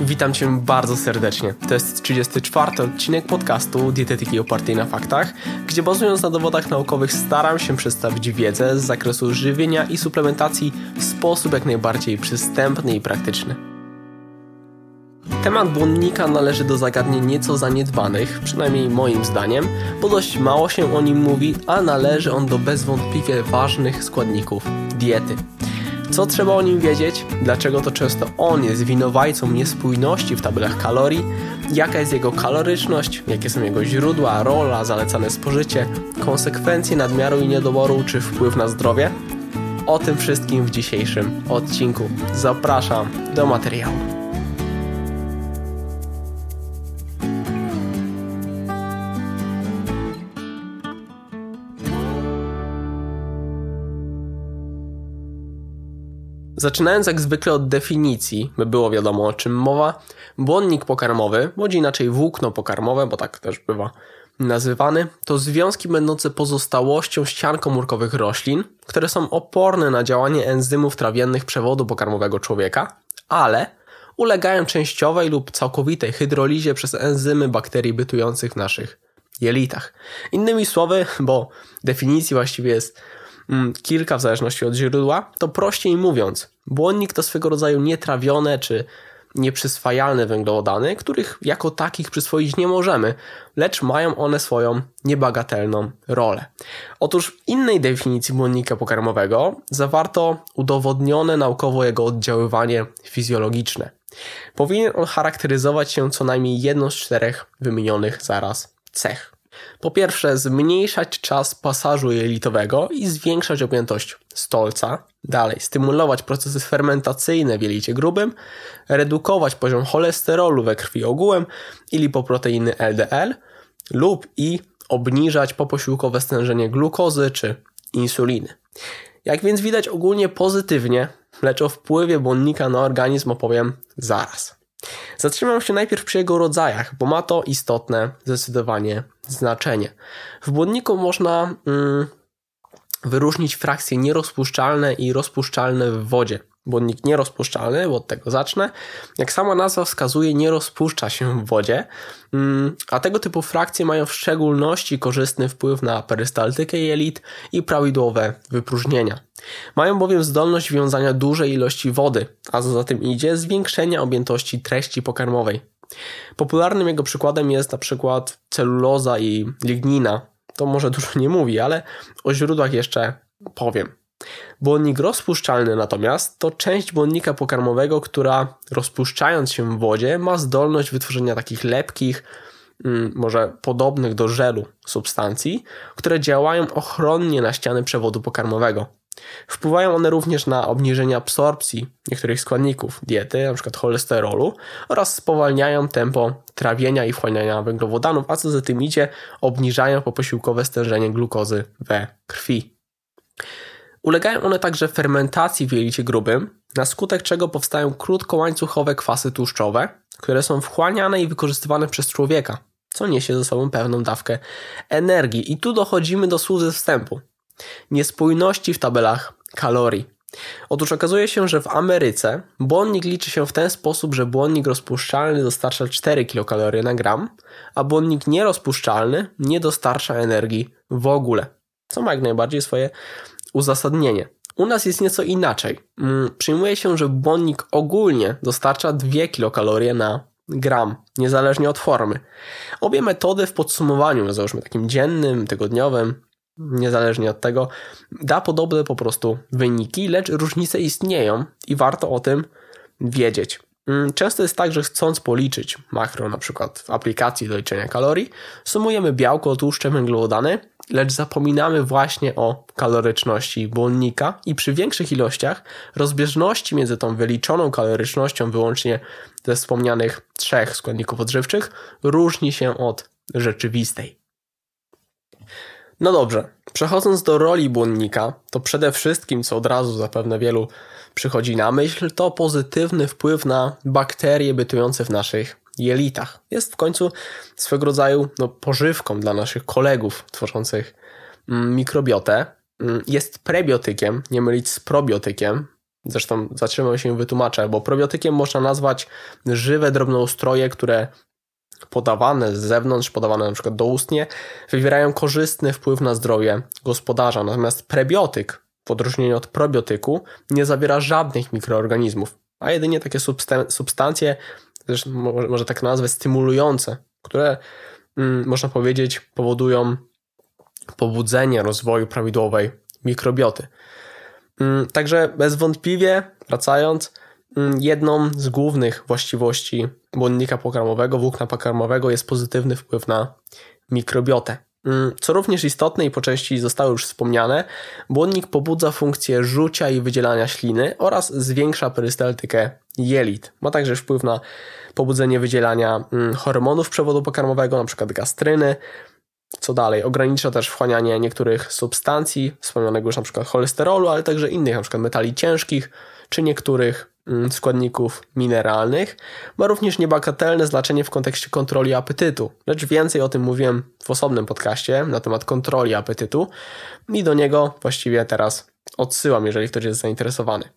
Witam Cię bardzo serdecznie. To jest 34. odcinek podcastu Dietetyki opartej na faktach, gdzie bazując na dowodach naukowych staram się przedstawić wiedzę z zakresu żywienia i suplementacji w sposób jak najbardziej przystępny i praktyczny. Temat błonnika należy do zagadnień nieco zaniedbanych, przynajmniej moim zdaniem, bo dość mało się o nim mówi, a należy on do bezwątpliwie ważnych składników diety. Co trzeba o nim wiedzieć? Dlaczego to często on jest winowajcą niespójności w tabelach kalorii? Jaka jest jego kaloryczność? Jakie są jego źródła, rola, zalecane spożycie, konsekwencje nadmiaru i niedoboru czy wpływ na zdrowie? O tym wszystkim w dzisiejszym odcinku. Zapraszam do materiału. Zaczynając jak zwykle od definicji, by było wiadomo o czym mowa, błonnik pokarmowy, bądź inaczej włókno pokarmowe, bo tak też bywa nazywany, to związki będące pozostałością ścian komórkowych roślin, które są oporne na działanie enzymów trawiennych przewodu pokarmowego człowieka, ale ulegają częściowej lub całkowitej hydrolizie przez enzymy bakterii bytujących w naszych jelitach. Innymi słowy, bo definicji właściwie jest kilka w zależności od źródła, to prościej mówiąc, błonnik to swego rodzaju nietrawione czy nieprzyswajalne węglowodany, których jako takich przyswoić nie możemy, lecz mają one swoją niebagatelną rolę. Otóż w innej definicji błonnika pokarmowego zawarto udowodnione naukowo jego oddziaływanie fizjologiczne. Powinien on charakteryzować się co najmniej jedną z 4 wymienionych zaraz cech. Po pierwsze, zmniejszać czas pasażu jelitowego i zwiększać objętość stolca. Dalej, stymulować procesy fermentacyjne w jelicie grubym, redukować poziom cholesterolu we krwi ogółem i lipoproteiny LDL lub i obniżać poposiłkowe stężenie glukozy czy insuliny. Jak więc widać ogólnie pozytywnie, lecz o wpływie błonnika na organizm opowiem zaraz. Zatrzymam się najpierw przy jego rodzajach, bo ma to istotne zdecydowanie znaczenie. W błonniku można wyróżnić frakcje nierozpuszczalne i rozpuszczalne w wodzie. Błonnik nierozpuszczalny, bo od tego zacznę, jak sama nazwa wskazuje, nie rozpuszcza się w wodzie, a tego typu frakcje mają w szczególności korzystny wpływ na perystaltykę jelit i prawidłowe wypróżnienia. Mają bowiem zdolność wiązania dużej ilości wody, a co za tym idzie zwiększenia objętości treści pokarmowej. Popularnym jego przykładem jest na przykład celuloza i lignina. To może dużo nie mówi, ale o źródłach jeszcze powiem. Błonnik rozpuszczalny natomiast to część błonnika pokarmowego, która rozpuszczając się w wodzie ma zdolność wytworzenia takich lepkich, może podobnych do żelu substancji, które działają ochronnie na ściany przewodu pokarmowego. Wpływają one również na obniżenie absorpcji niektórych składników diety, np. cholesterolu, oraz spowalniają tempo trawienia i wchłaniania węglowodanów, a co za tym idzie, obniżają poposiłkowe stężenie glukozy we krwi. Ulegają one także fermentacji w jelicie grubym, na skutek czego powstają krótkołańcuchowe kwasy tłuszczowe, które są wchłaniane i wykorzystywane przez człowieka, co niesie ze sobą pewną dawkę energii. I tu dochodzimy do słów ze wstępu. Niespójności w tabelach kalorii. Otóż okazuje się, że w Ameryce błonnik liczy się w ten sposób, że błonnik rozpuszczalny dostarcza 4 kilokalorie na gram, a błonnik nierozpuszczalny nie dostarcza energii w ogóle, co ma jak najbardziej swoje uzasadnienie. U nas jest nieco inaczej. Przyjmuje się, że błonnik ogólnie dostarcza 2 kilokalorie na gram, niezależnie od formy. Obie metody w podsumowaniu, załóżmy takim dziennym, tygodniowym, niezależnie od tego, da podobne po prostu wyniki, lecz różnice istnieją i warto o tym wiedzieć. Często jest tak, że chcąc policzyć makro, na przykład w aplikacji do liczenia kalorii, sumujemy białko, tłuszcze, węglowodany, lecz zapominamy właśnie o kaloryczności błonnika i przy większych ilościach rozbieżności między tą wyliczoną kalorycznością wyłącznie ze wspomnianych 3 składników odżywczych różni się od rzeczywistej. No dobrze, przechodząc do roli błonnika, to przede wszystkim, co od razu zapewne wielu przychodzi na myśl, to pozytywny wpływ na bakterie bytujące w naszych jelitach. Jest w końcu swego rodzaju pożywką dla naszych kolegów tworzących mikrobiotę. Jest prebiotykiem, nie mylić z probiotykiem, Zresztą zatrzymam się i wytłumaczę, bo probiotykiem można nazwać żywe drobnoustroje, które podawane z zewnątrz, podawane na przykład doustnie, wywierają korzystny wpływ na zdrowie gospodarza. Natomiast prebiotyk, w odróżnieniu od probiotyku, nie zawiera żadnych mikroorganizmów, a jedynie takie substancje, też może tak nazwę, stymulujące, które można powiedzieć powodują pobudzenie rozwoju prawidłowej mikrobioty. Także bezwątpliwie, wracając, jedną z głównych właściwości błonnika pokarmowego, włókna pokarmowego jest pozytywny wpływ na mikrobiotę. Co również istotne i po części zostało już wspomniane, błonnik pobudza funkcję rzucia i wydzielania śliny oraz zwiększa perystaltykę jelit. Ma także wpływ na pobudzenie wydzielania hormonów przewodu pokarmowego, np. gastryny. Co dalej? Ogranicza też wchłanianie niektórych substancji, wspomnianego już np. cholesterolu, ale także innych, np. metali ciężkich, czy niektórych składników mineralnych. Ma również niebagatelne znaczenie w kontekście kontroli apetytu, lecz więcej o tym mówiłem w osobnym podcaście na temat kontroli apetytu i do niego właściwie teraz odsyłam, jeżeli ktoś jest zainteresowany.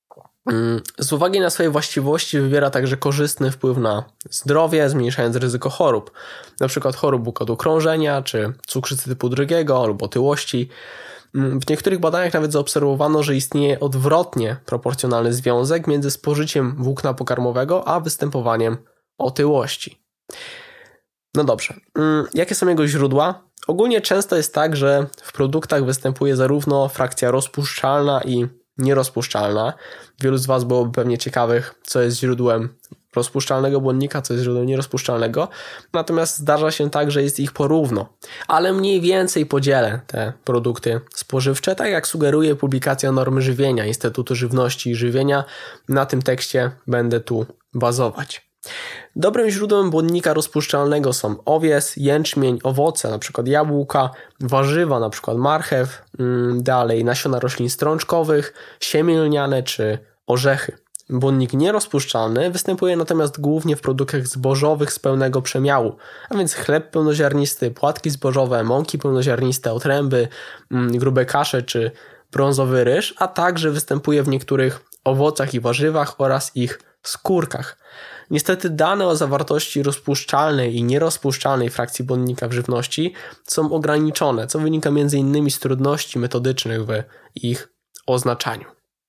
Z uwagi na swoje właściwości wywiera także korzystny wpływ na zdrowie, zmniejszając ryzyko chorób, np. chorób układu krążenia, czy cukrzycy typu 2 lub otyłości. W niektórych badaniach nawet zaobserwowano, że istnieje odwrotnie proporcjonalny związek między spożyciem włókna pokarmowego a występowaniem otyłości. No dobrze, jakie są jego źródła? Ogólnie często jest tak, że w produktach występuje zarówno frakcja rozpuszczalna i nierozpuszczalna. Wielu z Was byłoby pewnie ciekawych, co jest źródłem rozpuszczalnego błonnika, co jest źródłem nierozpuszczalnego. Natomiast zdarza się tak, że jest ich porówno. Ale mniej więcej podzielę te produkty spożywcze, tak jak sugeruje publikacja normy żywienia Instytutu Żywności i Żywienia. Na tym tekście będę tu bazować. Dobrym źródłem błonnika rozpuszczalnego są owies, jęczmień, owoce, np. jabłka, warzywa, np. marchew, dalej nasiona roślin strączkowych, siemię lniane czy orzechy. Błonnik nierozpuszczalny występuje natomiast głównie w produktach zbożowych z pełnego przemiału, a więc chleb pełnoziarnisty, płatki zbożowe, mąki pełnoziarniste, otręby, grube kasze czy brązowy ryż, a także występuje w niektórych owocach i warzywach oraz ich skórkach. Niestety dane o zawartości rozpuszczalnej i nierozpuszczalnej frakcji błonnika w żywności są ograniczone, co wynika m.in. z trudności metodycznych w ich oznaczaniu.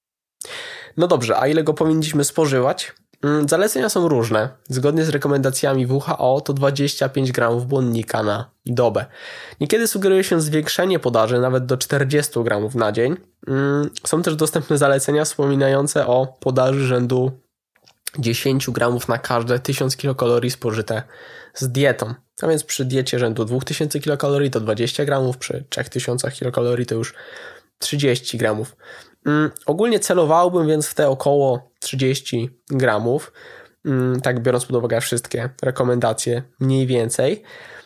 No dobrze, a ile go powinniśmy spożywać? Zalecenia są różne. Zgodnie z rekomendacjami WHO to 25 gramów błonnika na dobę. Niekiedy sugeruje się zwiększenie podaży nawet do 40 gramów na dzień. Są też dostępne zalecenia wspominające o podaży rzędu 10 gramów na każde 1000 kilokalorii spożyte z dietą. A więc przy diecie rzędu 2000 kilokalorii to 20 gramów, przy 3000 kilokalorii to już 30 gramów. Ogólnie celowałbym więc w te około 30 gramów, tak biorąc pod uwagę wszystkie rekomendacje mniej więcej.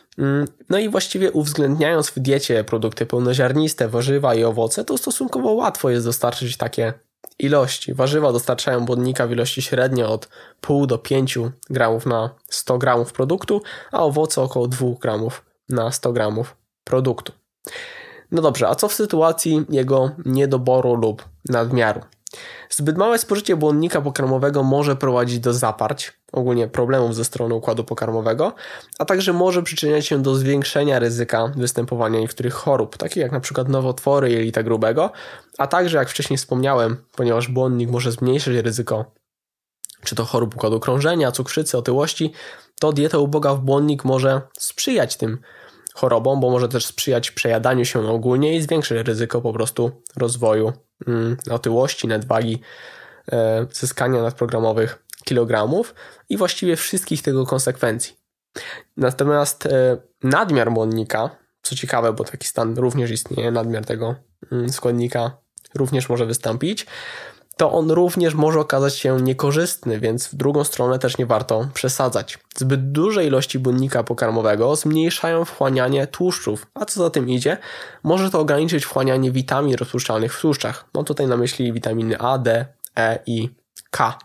No i właściwie uwzględniając w diecie produkty pełnoziarniste, warzywa i owoce, to stosunkowo łatwo jest dostarczyć takie ilości. Warzywa dostarczają błonnika w ilości średnio od 0,5 do 5 gramów na 100 gramów produktu, a owoce około 2 gramów na 100 gramów produktu. No dobrze, a co w sytuacji jego niedoboru lub nadmiaru? Zbyt małe spożycie błonnika pokarmowego może prowadzić do zaparć, ogólnie problemów ze strony układu pokarmowego, a także może przyczyniać się do zwiększenia ryzyka występowania niektórych chorób, takich jak np. nowotwory jelita grubego, a także, jak wcześniej wspomniałem, ponieważ błonnik może zmniejszyć ryzyko czy to chorób układu krążenia, cukrzycy, otyłości, to dieta uboga w błonnik może sprzyjać tym chorobom, bo może też sprzyjać przejadaniu się ogólnie i zwiększyć ryzyko po prostu rozwoju otyłości, nadwagi, zyskania nadprogramowych kilogramów i właściwie wszystkich tego konsekwencji. Natomiast nadmiar błonnika, co ciekawe, bo taki stan również istnieje, nadmiar tego składnika również może wystąpić, to on również może okazać się niekorzystny, więc w drugą stronę też nie warto przesadzać. Zbyt duże ilości błonnika pokarmowego zmniejszają wchłanianie tłuszczów, a co za tym idzie, może to ograniczyć wchłanianie witamin rozpuszczalnych w tłuszczach. Mam tutaj na myśli witaminy A, D, E i K.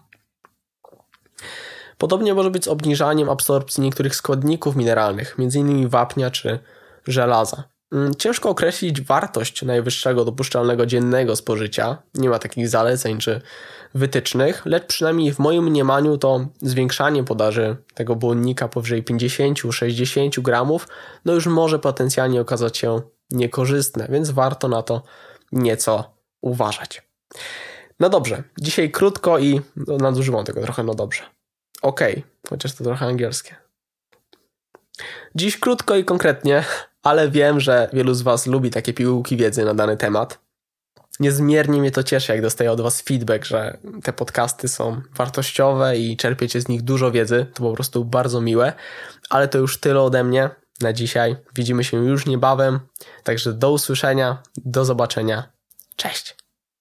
Podobnie może być z obniżaniem absorpcji niektórych składników mineralnych, m.in. wapnia czy żelaza. Ciężko określić wartość najwyższego dopuszczalnego dziennego spożycia. Nie ma takich zaleceń czy wytycznych, lecz przynajmniej w moim mniemaniu to zwiększanie podaży tego błonnika powyżej 50-60 gramów już może potencjalnie okazać się niekorzystne, więc warto na to nieco uważać. No dobrze, dzisiaj krótko i nadużywam tego trochę, dobrze. Okej, chociaż to trochę angielskie. Dziś krótko i konkretnie, ale wiem, że wielu z Was lubi takie pigułki wiedzy na dany temat. Niezmiernie mnie to cieszy, jak dostaję od Was feedback, że te podcasty są wartościowe i czerpiecie z nich dużo wiedzy. To po prostu bardzo miłe, ale to już tyle ode mnie na dzisiaj. Widzimy się już niebawem, także do usłyszenia, do zobaczenia. Cześć!